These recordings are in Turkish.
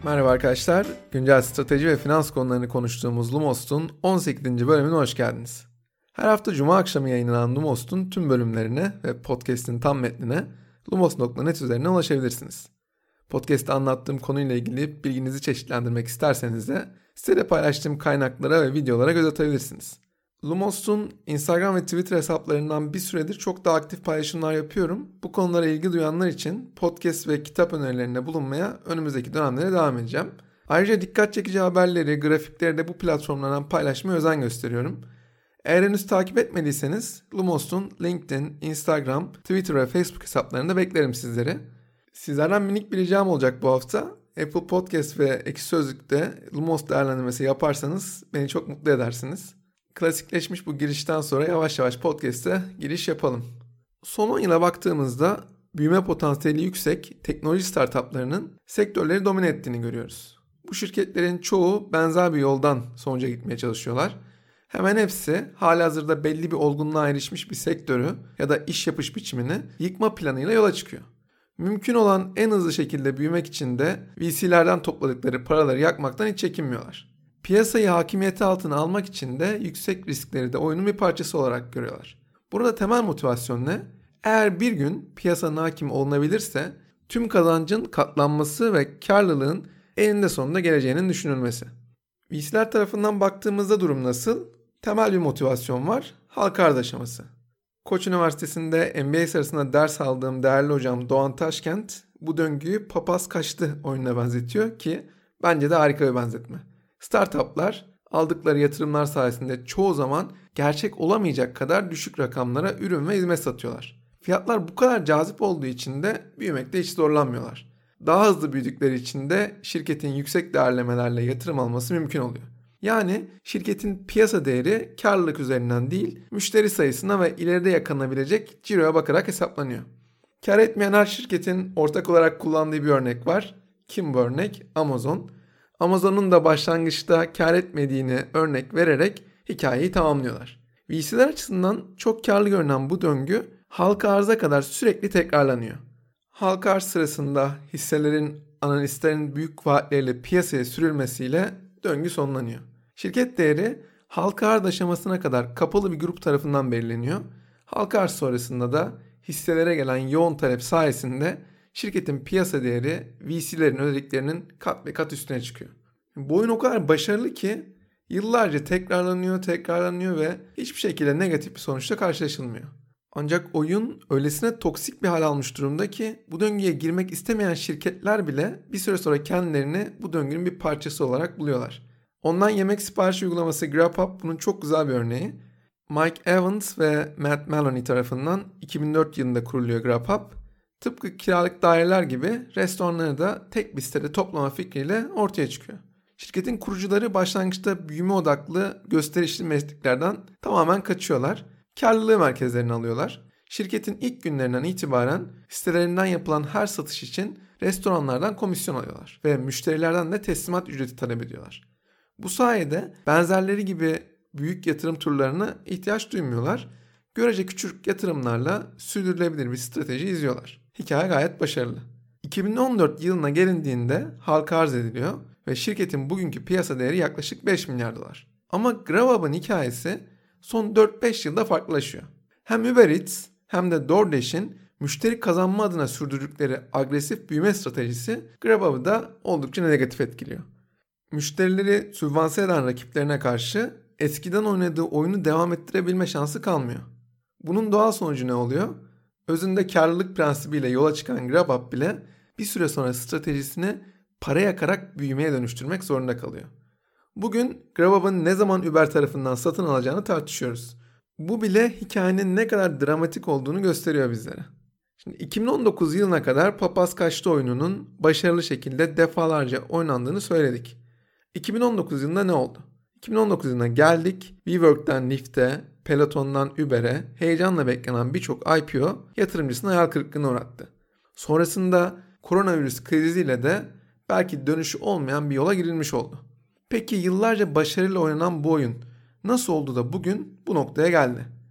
Merhaba arkadaşlar, güncel strateji ve finans konularını konuştuğumuz Lumos'un 18. bölümüne hoş geldiniz. Her hafta Cuma akşamı yayınlanan Lumos'un tüm bölümlerine ve podcast'in tam metnine lumos.net üzerinden ulaşabilirsiniz. Podcast'te anlattığım konuyla ilgili bilginizi çeşitlendirmek isterseniz de sitede paylaştığım kaynaklara ve videolara göz atabilirsiniz. Lumos'un Instagram ve Twitter hesaplarından bir süredir çok daha aktif paylaşımlar yapıyorum. Bu konulara ilgi duyanlar için podcast ve kitap önerilerinde bulunmaya önümüzdeki dönemlere devam edeceğim. Ayrıca dikkat çekici haberleri, grafikleri de bu platformlardan paylaşmaya özen gösteriyorum. Eğer henüz takip etmediyseniz Lumos'un LinkedIn, Instagram, Twitter ve Facebook hesaplarında beklerim sizleri. Sizlerden minik bir ricam olacak bu hafta. Apple Podcast ve Ekşi Sözlük'te Lumos değerlendirmesi yaparsanız beni çok mutlu edersiniz. Klasikleşmiş bu girişten sonra yavaş yavaş podcast'e giriş yapalım. Son 10 yıla baktığımızda büyüme potansiyeli yüksek teknoloji startuplarının sektörleri domine ettiğini görüyoruz. Bu şirketlerin çoğu benzer bir yoldan sonuca gitmeye çalışıyorlar. Hemen hepsi halihazırda belli bir olgunluğa erişmiş bir sektörü ya da iş yapış biçimini yıkma planıyla yola çıkıyor. Mümkün olan en hızlı şekilde büyümek için de VC'lerden topladıkları paraları yakmaktan hiç çekinmiyorlar. Piyasayı hakimiyeti altına almak için de yüksek riskleri de oyunun bir parçası olarak görüyorlar. Burada temel motivasyon ne? Eğer bir gün piyasanın hakim olunabilirse tüm kazancın katlanması ve karlılığın eninde sonunda geleceğinin düşünülmesi. VC'ler tarafından baktığımızda durum nasıl? Temel bir motivasyon var. Halka arz aşaması. Koç Üniversitesi'nde MBA sırasında ders aldığım değerli hocam Doğan Taşkent bu döngüyü papaz kaçtı oyununa benzetiyor ki bence de harika bir benzetme. Startuplar aldıkları yatırımlar sayesinde çoğu zaman gerçek olamayacak kadar düşük rakamlara ürün ve hizmet satıyorlar. Fiyatlar bu kadar cazip olduğu için de büyümekte hiç zorlanmıyorlar. Daha hızlı büyüdükleri için de şirketin yüksek değerlemelerle yatırım alması mümkün oluyor. Yani şirketin piyasa değeri karlılık üzerinden değil, müşteri sayısına ve ileride yakalanabilecek ciroya bakarak hesaplanıyor. Kar etmeyen her şirketin ortak olarak kullandığı bir örnek var. Kim bu örnek? Amazon. Amazon'un da başlangıçta kar etmediğini örnek vererek hikayeyi tamamlıyorlar. VC'ler açısından çok karlı görünen bu döngü halka arza kadar sürekli tekrarlanıyor. Halka arz sırasında hisselerin analistlerin büyük vaatleriyle piyasaya sürülmesiyle döngü sonlanıyor. Şirket değeri halka arz aşamasına kadar kapalı bir grup tarafından belirleniyor. Halka arz sonrasında da hisselere gelen yoğun talep sayesinde şirketin piyasa değeri VC'lerin ödeliklerinin kat ve kat üstüne çıkıyor. Bu oyun o kadar başarılı ki yıllarca tekrarlanıyor ve hiçbir şekilde negatif bir sonuçla karşılaşılmıyor. Ancak oyun öylesine toksik bir hal almış durumda ki bu döngüye girmek istemeyen şirketler bile bir süre sonra kendilerini bu döngünün bir parçası olarak buluyorlar. Online yemek siparişi uygulaması Grubhub bunun çok güzel bir örneği. Mike Evans ve Matt Maloney tarafından 2004 yılında kuruluyor Grubhub. Tıpkı kiralık daireler gibi restoranları da tek bir sitede toplama fikriyle ortaya çıkıyor. Şirketin kurucuları başlangıçta büyüme odaklı gösterişli mesleklerden tamamen kaçıyorlar. Karlılığı merkezlerine alıyorlar. Şirketin ilk günlerinden itibaren sitelerinden yapılan her satış için restoranlardan komisyon alıyorlar ve müşterilerden de teslimat ücreti talep ediyorlar. Bu sayede benzerleri gibi büyük yatırım turlarına ihtiyaç duymuyorlar. Görece küçük yatırımlarla sürdürülebilir bir strateji izliyorlar. Hikaye gayet başarılı. 2014 yılına gelindiğinde halka arz ediliyor ve şirketin bugünkü piyasa değeri yaklaşık 5 milyar dolar. Ama Grubhub'ın hikayesi son 4-5 yılda farklılaşıyor. Hem Uber Eats hem de DoorDash'in müşteri kazanma adına sürdürdükleri agresif büyüme stratejisi Grubhub'ı da oldukça negatif etkiliyor. Müşterileri sübvanse eden rakiplerine karşı eskiden oynadığı oyunu devam ettirebilme şansı kalmıyor. Bunun doğal sonucu ne oluyor? Özünde karlılık prensibiyle yola çıkan Grubhub bile bir süre sonra stratejisini para yakarak büyümeye dönüştürmek zorunda kalıyor. Bugün Grubhub'ın ne zaman Uber tarafından satın alacağını tartışıyoruz. Bu bile hikayenin ne kadar dramatik olduğunu gösteriyor bizlere. Şimdi 2019 yılına kadar papaz kaçtı oyununun başarılı şekilde defalarca oynandığını söyledik. 2019 yılında ne oldu? 2019 yılına geldik. WeWork'tan Lyft'e, Peloton'dan Uber'e heyecanla beklenen birçok IPO yatırımcısını hayal kırıklığına uğrattı. Sonrasında koronavirüs kriziyle de belki dönüşü olmayan bir yola girilmiş oldu. Peki yıllarca başarıyla oynanan bu oyun nasıl oldu da bugün bu noktaya geldi?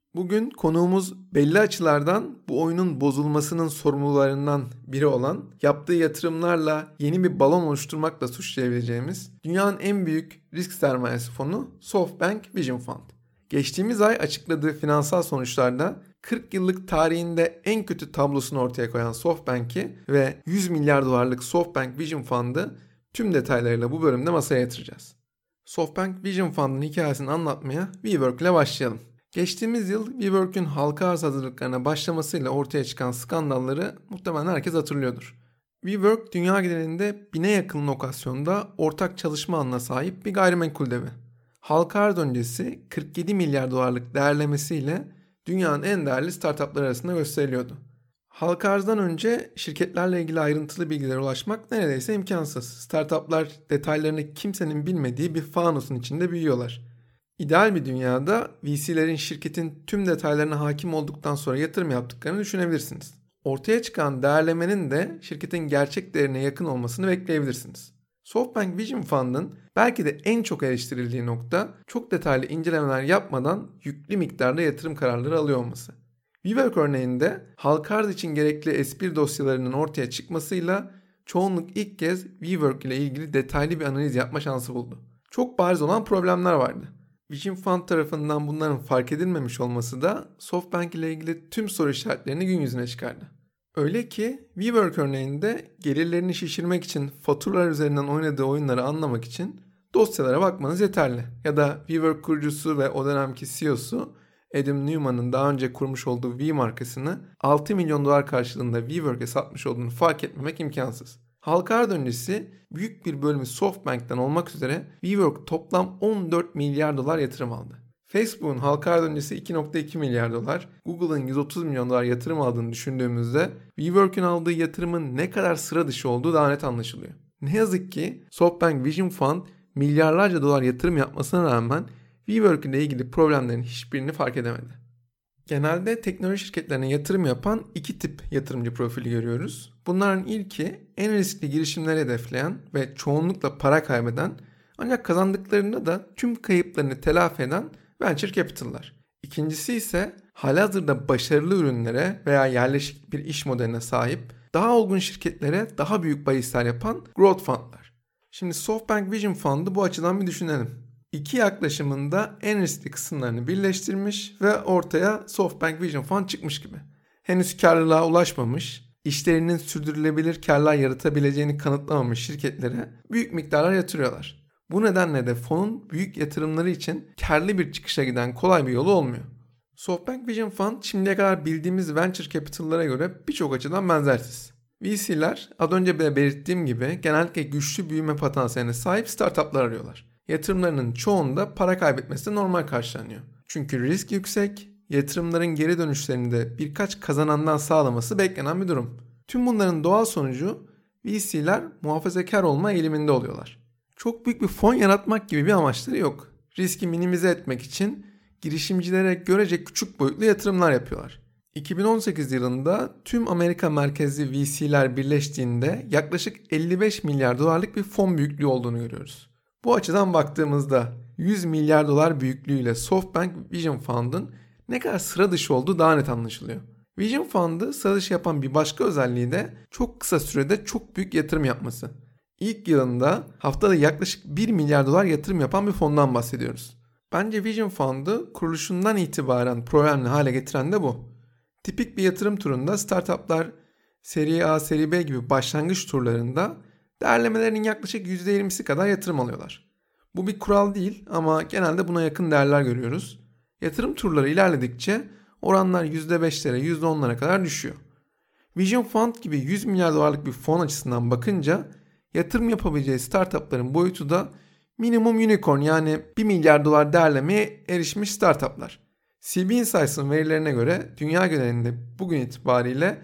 Bugün konuğumuz belli açılardan bu oyunun bozulmasının sorumlularından biri olan, yaptığı yatırımlarla yeni bir balon oluşturmakla suçlayabileceğimiz dünyanın en büyük risk sermayesi fonu SoftBank Vision Fund. Geçtiğimiz ay açıkladığı finansal sonuçlarda 40 yıllık tarihinde en kötü tablosunu ortaya koyan SoftBank'i ve 100 milyar dolarlık SoftBank Vision Fund'ı tüm detaylarıyla bu bölümde masaya yatıracağız. SoftBank Vision Fund'ın hikayesini anlatmaya WeWork ile başlayalım. Geçtiğimiz yıl WeWork'ün halka arz hazırlıklarına başlamasıyla ortaya çıkan skandalları muhtemelen herkes hatırlıyordur. WeWork dünya genelinde 1000'e yakın lokasyonda ortak çalışma alanına sahip bir gayrimenkul devi. Halka arz öncesi 47 milyar dolarlık değerlemesiyle dünyanın en değerli startupları arasında gösteriliyordu. Halka arzdan önce şirketlerle ilgili ayrıntılı bilgilere ulaşmak neredeyse imkansız. Startuplar detaylarını kimsenin bilmediği bir fanusun içinde büyüyorlar. İdeal bir dünyada VC'lerin şirketin tüm detaylarına hakim olduktan sonra yatırım yaptıklarını düşünebilirsiniz. Ortaya çıkan değerlemenin de şirketin gerçek değerine yakın olmasını bekleyebilirsiniz. SoftBank Vision Fund'ın belki de en çok eleştirildiği nokta çok detaylı incelemeler yapmadan yüklü miktarda yatırım kararları alıyor olması. WeWork örneğinde halka arz için gerekli S1 dosyalarının ortaya çıkmasıyla çoğunluk ilk kez WeWork ile ilgili detaylı bir analiz yapma şansı buldu. Çok bariz olan problemler vardı. Vision Fund tarafından bunların fark edilmemiş olması da SoftBank ile ilgili tüm soru işaretlerini gün yüzüne çıkardı. Öyle ki WeWork örneğinde gelirlerini şişirmek için faturalar üzerinden oynadığı oyunları anlamak için dosyalara bakmanız yeterli. Ya da WeWork kurucusu ve o dönemki CEO'su Adam Neumann'ın daha önce kurmuş olduğu V markasını 6 milyon dolar karşılığında WeWork'e satmış olduğunu fark etmemek imkansız. Halka arz öncesi büyük bir bölümü SoftBank'ten olmak üzere WeWork toplam 14 milyar dolar yatırım aldı. Facebook'un halka arz öncesi 2.2 milyar dolar, Google'ın 130 milyon dolar yatırım aldığını düşündüğümüzde WeWork'ün aldığı yatırımın ne kadar sıra dışı olduğu daha net anlaşılıyor. Ne yazık ki SoftBank Vision Fund milyarlarca dolar yatırım yapmasına rağmen WeWork ile ilgili problemlerin hiçbirini fark edemedi. Genelde teknoloji şirketlerine yatırım yapan iki tip yatırımcı profili görüyoruz. Bunların ilki en riskli girişimleri hedefleyen ve çoğunlukla para kaybeden ancak kazandıklarında da tüm kayıplarını telafi eden venture capital'lar. İkincisi ise halihazırda başarılı ürünlere veya yerleşik bir iş modeline sahip daha olgun şirketlere daha büyük bahisler yapan growth fundlar. Şimdi SoftBank Vision Fund'ı bu açıdan bir düşünelim. İki yaklaşımın da en riskli kısımlarını birleştirmiş ve ortaya SoftBank Vision Fund çıkmış gibi. Henüz karlılığa ulaşmamış, işlerinin sürdürülebilir karlar yaratabileceğini kanıtlamamış şirketlere büyük miktarlar yatırıyorlar. Bu nedenle de fonun büyük yatırımları için karlı bir çıkışa giden kolay bir yolu olmuyor. SoftBank Vision Fund şimdiye kadar bildiğimiz venture capital'lara göre birçok açıdan benzersiz. VC'ler az önce de belirttiğim gibi genellikle güçlü büyüme potansiyeline sahip startuplar arıyorlar. Yatırımlarının çoğunda para kaybetmesi de normal karşılanıyor. Çünkü risk yüksek, yatırımların geri dönüşlerini de birkaç kazanandan sağlaması beklenen bir durum. Tüm bunların doğal sonucu VC'ler muhafazakar olma eğiliminde oluyorlar. Çok büyük bir fon yaratmak gibi bir amaçları yok. Riski minimize etmek için girişimcilere görece küçük boyutlu yatırımlar yapıyorlar. 2018 yılında tüm Amerika merkezli VC'ler birleştiğinde yaklaşık 55 milyar dolarlık bir fon büyüklüğü olduğunu görüyoruz. Bu açıdan baktığımızda 100 milyar dolar büyüklüğüyle SoftBank Vision Fund'ın ne kadar sıra dışı olduğu daha net anlaşılıyor. Vision Fund'ı sıra dışı yapan bir başka özelliği de çok kısa sürede çok büyük yatırım yapması. İlk yılında haftada yaklaşık 1 milyar dolar yatırım yapan bir fondan bahsediyoruz. Bence Vision Fund'ı kuruluşundan itibaren problemli hale getiren de bu. Tipik bir yatırım turunda startuplar seri A, seri B gibi başlangıç turlarında değerlemelerinin yaklaşık %20'si kadar yatırım alıyorlar. Bu bir kural değil ama genelde buna yakın değerler görüyoruz. Yatırım turları ilerledikçe oranlar %5'lere, %10'lara kadar düşüyor. Vision Fund gibi 100 milyar dolarlık bir fon açısından bakınca yatırım yapabileceği startupların boyutu da minimum unicorn yani 1 milyar dolar değerlemeye erişmiş startuplar. CB Insights'ın verilerine göre dünya genelinde bugün itibariyle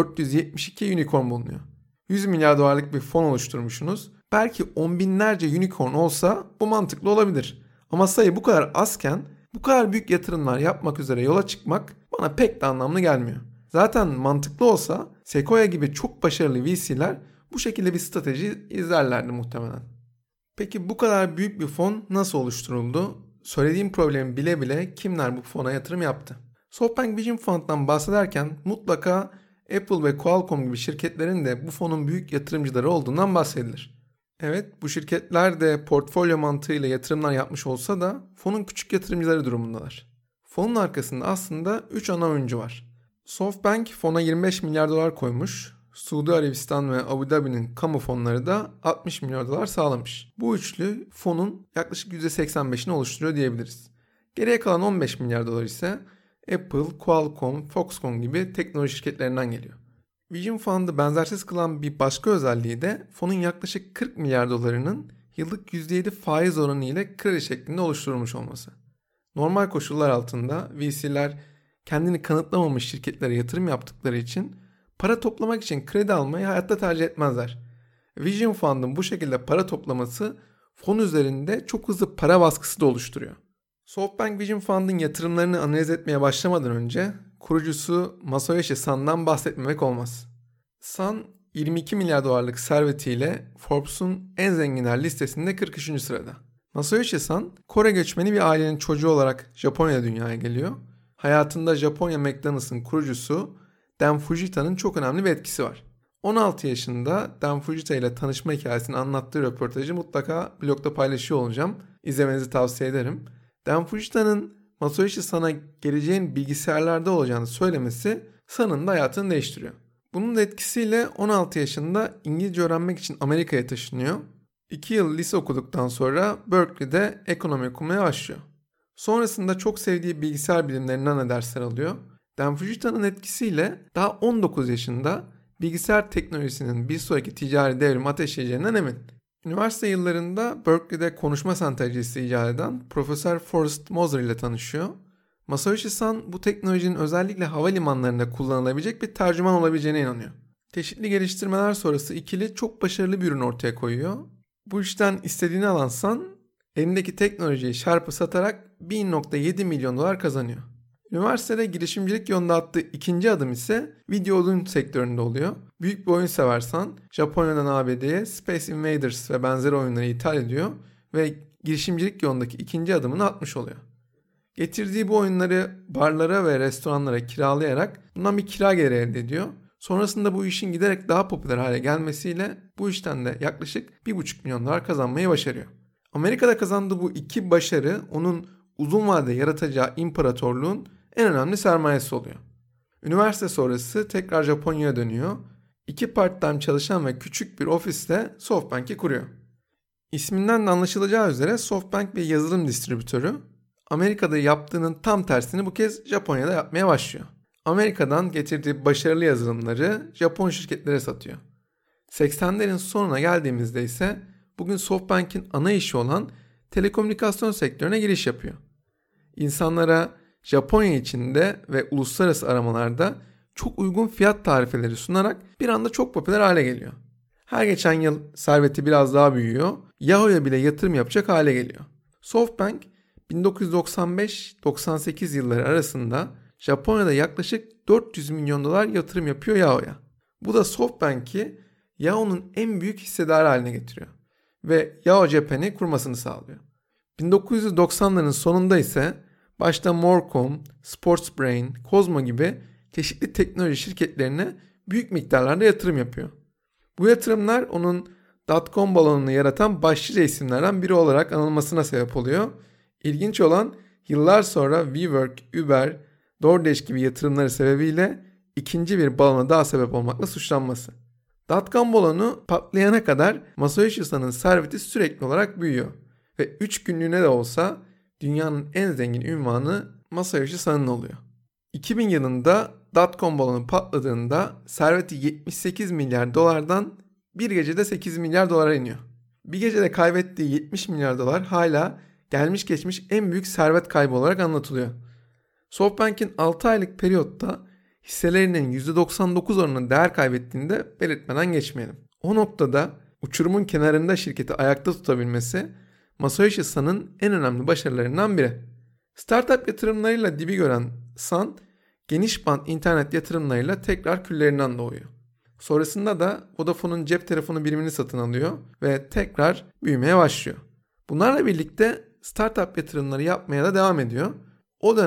472 unicorn bulunuyor. 100 milyar dolarlık bir fon oluşturmuşsunuz. Belki on binlerce unicorn olsa bu mantıklı olabilir. Ama sayı bu kadar azken bu kadar büyük yatırımlar yapmak üzere yola çıkmak bana pek de anlamlı gelmiyor. Zaten mantıklı olsa Sequoia gibi çok başarılı VC'ler bu şekilde bir strateji izlerlerdi muhtemelen. Peki bu kadar büyük bir fon nasıl oluşturuldu? Söylediğim problemi bile bile kimler bu fona yatırım yaptı? SoftBank Vision Fund'dan bahsederken mutlaka Apple ve Qualcomm gibi şirketlerin de bu fonun büyük yatırımcıları olduğundan bahsedilir. Evet, bu şirketler de portfolyo mantığıyla yatırımlar yapmış olsa da fonun küçük yatırımcıları durumundalar. Fonun arkasında aslında 3 ana oyuncu var. SoftBank fona 25 milyar dolar koymuş. Suudi Arabistan ve Abu Dhabi'nin kamu fonları da 60 milyar dolar sağlamış. Bu üçlü fonun yaklaşık %85'ini oluşturuyor diyebiliriz. Geriye kalan 15 milyar dolar ise Apple, Qualcomm, Foxconn gibi teknoloji şirketlerinden geliyor. Vision Fund'ı benzersiz kılan bir başka özelliği de fonun yaklaşık 40 milyar dolarının yıllık %7 faiz oranı ile kredi şeklinde oluşturulmuş olması. Normal koşullar altında VC'ler kendini kanıtlamamış şirketlere yatırım yaptıkları için para toplamak için kredi almayı hayatta tercih etmezler. Vision Fund'ın bu şekilde para toplaması fon üzerinde çok hızlı para baskısı da oluşturuyor. SoftBank Vision Fund'ın yatırımlarını analiz etmeye başlamadan önce kurucusu Masayoshi Son'dan bahsetmemek olmaz. Son 22 milyar dolarlık servetiyle Forbes'un en zenginler listesinde 43. sırada. Masayoshi Son, Kore göçmeni bir ailenin çocuğu olarak Japonya'da dünyaya geliyor. Hayatında Japonya McDonald's'ın kurucusu Dan Fujita'nın çok önemli bir etkisi var. 16 yaşında Dan Fujita ile tanışma hikayesini anlattığı röportajı mutlaka blogda paylaşıyor olacağım. İzlemenizi tavsiye ederim. Dan Fujita'nın Masayoshi Son'a geleceğin bilgisayarlarda olacağını söylemesi Son'un da hayatını değiştiriyor. Bunun da etkisiyle 16 yaşında İngilizce öğrenmek için Amerika'ya taşınıyor. 2 yıl lise okuduktan sonra Berkeley'de ekonomi okumaya başlıyor. Sonrasında çok sevdiği bilgisayar bilimlerinden de dersler alıyor. Dan Fujita'nın etkisiyle daha 19 yaşında bilgisayar teknolojisinin bir sonraki ticari devrim ateşleyeceğinden emin. Üniversite yıllarında Berkeley'de konuşma sentezcisi icat eden Profesör Forrest Moser ile tanışıyor. Masayoshi Son bu teknolojinin özellikle havalimanlarında kullanılabilecek bir tercüman olabileceğine inanıyor. Çeşitli geliştirmeler sonrası ikili çok başarılı bir ürün ortaya koyuyor. Bu işten istediğini alan Son, elindeki teknolojiyi Sharp'a satarak 1.7 milyon dolar kazanıyor. Üniversitede girişimcilik yolunda attığı ikinci adım ise video oyun sektöründe oluyor. Büyük bir oyun seversen Japonya'dan ABD'ye Space Invaders ve benzeri oyunları ithal ediyor ve girişimcilik yolundaki ikinci adımını atmış oluyor. Getirdiği bu oyunları barlara ve restoranlara kiralayarak bundan bir kira geliri elde ediyor. Sonrasında bu işin giderek daha popüler hale gelmesiyle bu işten de yaklaşık 1,5 milyon dolar kazanmayı başarıyor. Amerika'da kazandığı bu iki başarı onun uzun vadede yaratacağı imparatorluğun en önemli sermayesi oluyor. Üniversite sonrası tekrar Japonya'ya dönüyor. 2 part-time çalışan ve küçük bir ofiste SoftBank'i kuruyor. İsminden de anlaşılacağı üzere SoftBank bir yazılım distribütörü. Amerika'da yaptığının tam tersini bu kez Japonya'da yapmaya başlıyor. Amerika'dan getirdiği başarılı yazılımları Japon şirketlere satıyor. 80'lerin sonuna geldiğimizde ise bugün SoftBank'in ana işi olan telekomünikasyon sektörüne giriş yapıyor. İnsanlara Japonya içinde ve uluslararası aramalarda çok uygun fiyat tarifeleri sunarak bir anda çok popüler hale geliyor. Her geçen yıl serveti biraz daha büyüyor, Yahoo'ya bile yatırım yapacak hale geliyor. SoftBank 1995-98 yılları arasında Japonya'da yaklaşık 400 milyon dolar yatırım yapıyor Yahoo'ya. Bu da SoftBank'i Yahoo'nun en büyük hissedarı haline getiriyor ve Yahoo Japan'i kurmasını sağlıyor. 1990'ların sonunda ise başta Morcom, Sportsbrain, Kozmo gibi çeşitli teknoloji şirketlerine büyük miktarlarda yatırım yapıyor. Bu yatırımlar onun .com balonunu yaratan başlıca isimlerden biri olarak anılmasına sebep oluyor. İlginç olan yıllar sonra WeWork, Uber, DoorDash gibi yatırımları sebebiyle ikinci bir balona daha sebep olmakla suçlanması. .com balonu patlayana kadar Masayoshi Son'un serveti sürekli olarak büyüyor. Ve 3 günlüğüne de olsa dünyanın en zengin ünvanı Masayoshi Son'un oluyor. 2000 yılında .com balonu patladığında serveti 78 milyar dolardan bir gecede 8 milyar dolara iniyor. Bir gecede kaybettiği 70 milyar dolar hala gelmiş geçmiş en büyük servet kaybı olarak anlatılıyor. SoftBank'in 6 aylık periyotta hisselerinin %99 oranının değer kaybettiğini de belirtmeden geçmeyelim. O noktada uçurumun kenarında şirketi ayakta tutabilmesi Masayoshi Son'un en önemli başarılarından biri. Startup yatırımlarıyla dibi gören Son, geniş bant internet yatırımlarıyla tekrar küllerinden doğuyor. Sonrasında da Vodafone'un cep telefonu birimini satın alıyor ve tekrar büyümeye başlıyor. Bunlarla birlikte startup yatırımları yapmaya da devam ediyor. O dönem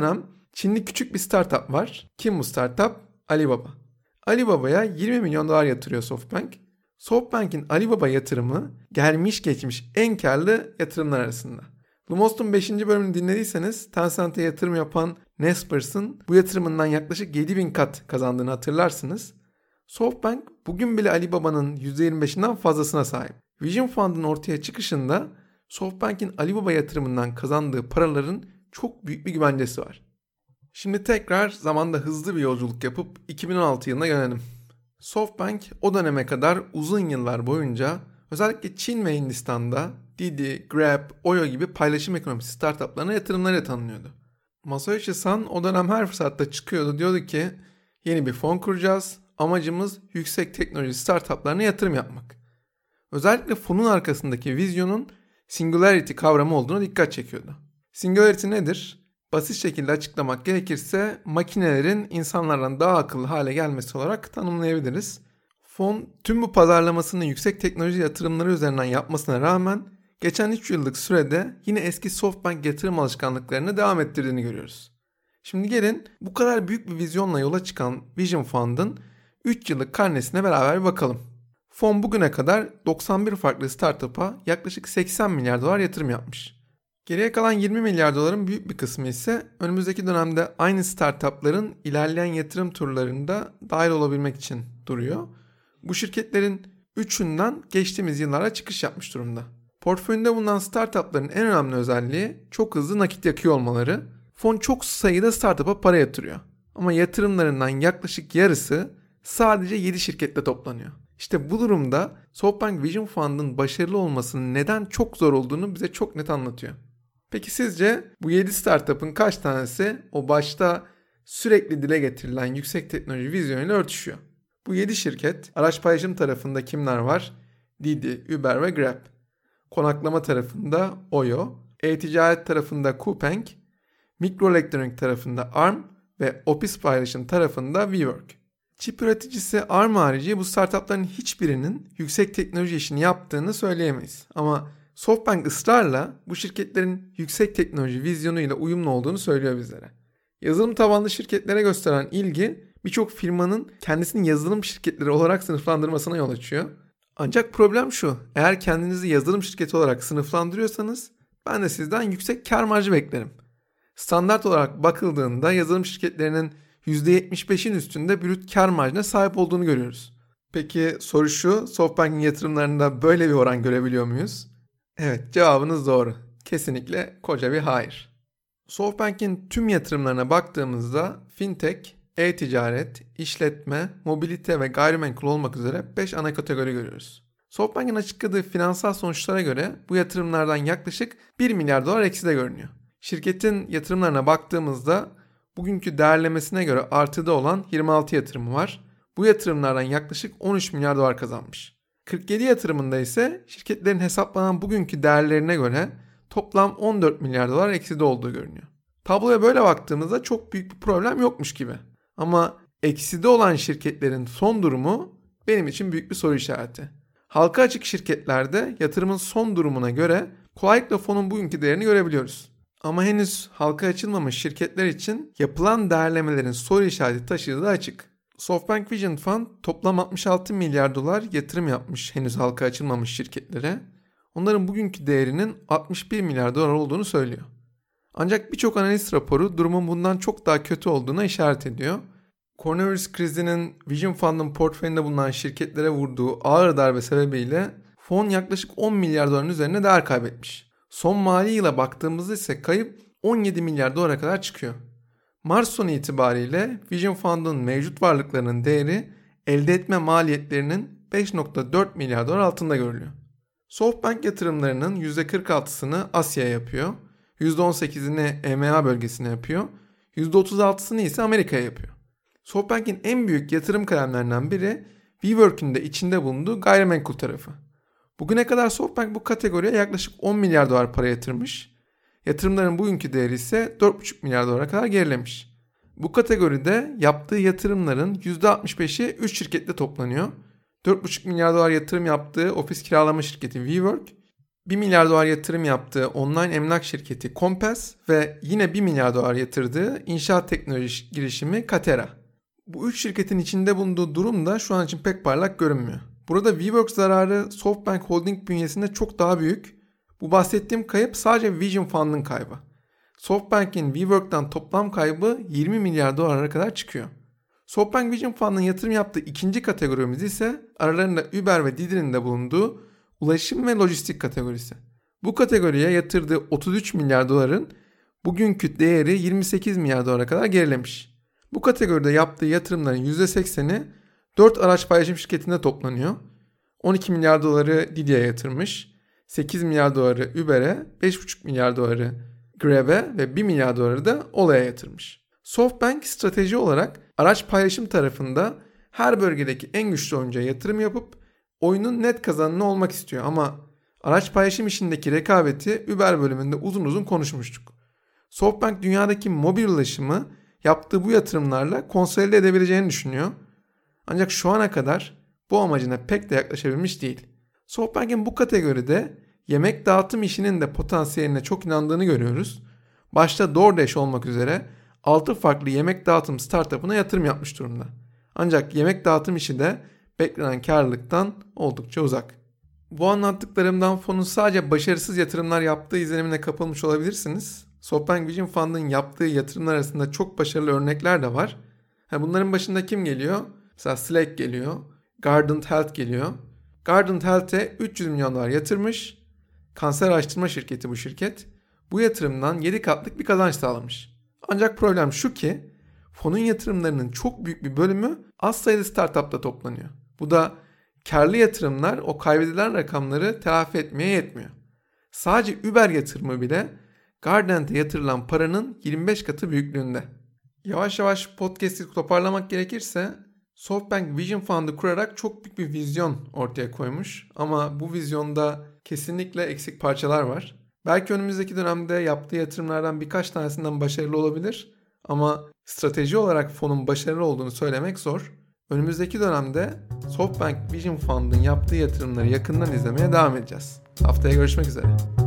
Çinli küçük bir startup var. Kim bu startup? Alibaba. Alibaba'ya 20 milyon dolar yatırıyor SoftBank. SoftBank'in Alibaba yatırımı gelmiş geçmiş en karlı yatırımlar arasında. Lumos'un 5. bölümünü dinlediyseniz Tencent'e yatırım yapan Naspers'ın bu yatırımından yaklaşık 7.000 kat kazandığını hatırlarsınız. SoftBank bugün bile Alibaba'nın %25'inden fazlasına sahip. Vision Fund'ın ortaya çıkışında SoftBank'in Alibaba yatırımından kazandığı paraların çok büyük bir güvencesi var. Şimdi tekrar zamanda hızlı bir yolculuk yapıp 2016 yılına dönelim. SoftBank o döneme kadar uzun yıllar boyunca özellikle Çin ve Hindistan'da Didi, Grab, Oyo gibi paylaşım ekonomisi startuplarına yatırımlarıyla tanınıyordu. Masayoshi Son o dönem her fırsatta çıkıyordu, diyordu ki yeni bir fon kuracağız, amacımız yüksek teknoloji startuplarına yatırım yapmak. Özellikle fonun arkasındaki vizyonun Singularity kavramı olduğuna dikkat çekiyordu. Singularity nedir? Basit şekilde açıklamak gerekirse makinelerin insanlardan daha akıllı hale gelmesi olarak tanımlayabiliriz. Fon tüm bu pazarlamasını yüksek teknoloji yatırımları üzerinden yapmasına rağmen geçen 3 yıllık sürede yine eski SoftBank yatırım alışkanlıklarını devam ettirdiğini görüyoruz. Şimdi gelin bu kadar büyük bir vizyonla yola çıkan Vision Fund'ın 3 yıllık karnesine beraber bir bakalım. Fon bugüne kadar 91 farklı startup'a yaklaşık 80 milyar dolar yatırım yapmış. Geriye kalan 20 milyar doların büyük bir kısmı ise önümüzdeki dönemde aynı startupların ilerleyen yatırım turlarında dahil olabilmek için duruyor. Bu şirketlerin 3'ünden geçtiğimiz yıllara çıkış yapmış durumda. Portföyünde bulunan startupların en önemli özelliği çok hızlı nakit yakıyor olmaları. Fon çok sayıda startup'a para yatırıyor. Ama yatırımlarından yaklaşık yarısı sadece 7 şirkette toplanıyor. İşte bu durumda SoftBank Vision Fund'ın başarılı olmasının neden çok zor olduğunu bize çok net anlatıyor. Peki sizce bu 7 startup'ın kaç tanesi o başta sürekli dile getirilen yüksek teknoloji vizyonuyla örtüşüyor? Bu 7 şirket araç paylaşım tarafında kimler var? Didi, Uber ve Grab. Konaklama tarafında Oyo, e-ticaret tarafında Coupang, mikroelektronik tarafında Arm ve ofis paylaşım tarafında WeWork. Çip üreticisi Arm harici bu startupların hiçbirinin yüksek teknoloji işini yaptığını söyleyemeyiz. Ama SoftBank ısrarla bu şirketlerin yüksek teknoloji vizyonuyla uyumlu olduğunu söylüyor bizlere. Yazılım tabanlı şirketlere gösteren ilgi birçok firmanın kendisini yazılım şirketleri olarak sınıflandırmasına yol açıyor. Ancak problem şu, eğer kendinizi yazılım şirketi olarak sınıflandırıyorsanız ben de sizden yüksek kar marjı beklerim. Standart olarak bakıldığında yazılım şirketlerinin %75'in üstünde brüt kar marjına sahip olduğunu görüyoruz. Peki soru şu, SoftBank'in yatırımlarında böyle bir oran görebiliyor muyuz? Evet, cevabınız doğru. Kesinlikle koca bir hayır. SoftBank'in tüm yatırımlarına baktığımızda fintech, e-ticaret, işletme, mobilite ve gayrimenkul olmak üzere 5 ana kategori görüyoruz. SoftBank'in açıkladığı finansal sonuçlara göre bu yatırımlardan yaklaşık 1 milyar dolar ekside görünüyor. Şirketin yatırımlarına baktığımızda bugünkü değerlemesine göre artıda olan 26 yatırımı var. Bu yatırımlardan yaklaşık 13 milyar dolar kazanmış. 47 yatırımında ise şirketlerin hesaplanan bugünkü değerlerine göre toplam 14 milyar dolar ekside olduğu görünüyor. Tabloya böyle baktığımızda çok büyük bir problem yokmuş gibi. Ama ekside olan şirketlerin son durumu benim için büyük bir soru işareti. Halka açık şirketlerde yatırımın son durumuna göre kolaylıkla fonun bugünkü değerini görebiliyoruz. Ama henüz halka açılmamış şirketler için yapılan değerlemelerin soru işareti taşıdığı açık. SoftBank Vision Fund toplam 66 milyar dolar yatırım yapmış henüz halka açılmamış şirketlere. Onların bugünkü değerinin 61 milyar dolar olduğunu söylüyor. Ancak birçok analist raporu durumun bundan çok daha kötü olduğuna işaret ediyor. Koronavirüs krizinin Vision Fund'ın portföyünde bulunan şirketlere vurduğu ağır darbe sebebiyle fon yaklaşık 10 milyar doların üzerine değer kaybetmiş. Son mali yıla baktığımızda ise kayıp 17 milyar dolara kadar çıkıyor. Mart sonu itibariyle Vision Fund'ın mevcut varlıklarının değeri elde etme maliyetlerinin 5.4 milyar dolar altında görülüyor. SoftBank yatırımlarının %46'sını Asya'ya yapıyor, %18'ini EMEA bölgesine yapıyor, %36'sını ise Amerika'ya yapıyor. SoftBank'in en büyük yatırım kalemlerinden biri WeWork'ün de içinde bulunduğu gayrimenkul tarafı. Bugüne kadar SoftBank bu kategoriye yaklaşık 10 milyar dolar para yatırmış. Yatırımların bugünkü değeri ise 4,5 milyar dolara kadar gerilemiş. Bu kategoride yaptığı yatırımların %65'i 3 şirkette toplanıyor. 4,5 milyar dolar yatırım yaptığı ofis kiralama şirketi WeWork, 1 milyar dolar yatırım yaptığı online emlak şirketi Compass ve yine 1 milyar dolar yatırdığı inşaat teknoloji girişimi Katera. Bu üç şirketin içinde bulunduğu durum da şu an için pek parlak görünmüyor. Burada WeWork zararı SoftBank Holding bünyesinde çok daha büyük. Bu bahsettiğim kayıp sadece Vision Fund'ın kaybı. SoftBank'in WeWork'tan toplam kaybı 20 milyar dolara kadar çıkıyor. SoftBank Vision Fund'ın yatırım yaptığı ikinci kategorimiz ise aralarında Uber ve Diddy'nin de bulunduğu ulaşım ve lojistik kategorisi. Bu kategoriye yatırdığı 33 milyar doların bugünkü değeri 28 milyar dolara kadar gerilemiş. Bu kategoride yaptığı yatırımların %80'i 4 araç paylaşım şirketinde toplanıyor. 12 milyar doları Diddy'ye yatırmış, 8 milyar doları Uber'e, 5,5 milyar doları Grab'e ve 1 milyar doları da Ola'ya yatırmış. SoftBank strateji olarak araç paylaşım tarafında her bölgedeki en güçlü oyuncuya yatırım yapıp oyunun net kazananı olmak istiyor ama araç paylaşım işindeki rekabeti Uber bölümünde uzun uzun konuşmuştuk. SoftBank dünyadaki mobil ulaşımı yaptığı bu yatırımlarla konsolide edebileceğini düşünüyor. Ancak şu ana kadar bu amacına pek de yaklaşabilmiş değil. SoftBank'in bu kategoride yemek dağıtım işinin de potansiyeline çok inandığını görüyoruz. Başta DoorDash olmak üzere 6 farklı yemek dağıtım startup'ına yatırım yapmış durumda. Ancak yemek dağıtım işi de beklenen karlılıktan oldukça uzak. Bu anlattıklarımdan fonun sadece başarısız yatırımlar yaptığı izlenimine kapılmış olabilirsiniz. SoftBank Vision Fund'ın yaptığı yatırımlar arasında çok başarılı örnekler de var. Bunların başında kim geliyor? Mesela Slack geliyor, Guardant Health geliyor. Guardant Health'e 300 milyon dolar yatırmış. Kanser araştırma şirketi bu şirket. Bu yatırımdan 7 katlık bir kazanç sağlamış. Ancak problem şu ki fonun yatırımlarının çok büyük bir bölümü az sayıda startupta toplanıyor. Bu da karlı yatırımlar o kaybedilen rakamları telafi etmeye yetmiyor. Sadece Uber yatırımı bile Guardant'e yatırılan paranın 25 katı büyüklüğünde. Yavaş yavaş podcast'i toparlamak gerekirse SoftBank Vision Fund'ı kurarak çok büyük bir vizyon ortaya koymuş. Ama bu vizyonda kesinlikle eksik parçalar var. Belki önümüzdeki dönemde yaptığı yatırımlardan birkaç tanesinden başarılı olabilir. Ama strateji olarak fonun başarılı olduğunu söylemek zor. Önümüzdeki dönemde SoftBank Vision Fund'ın yaptığı yatırımları yakından izlemeye devam edeceğiz. Haftaya görüşmek üzere.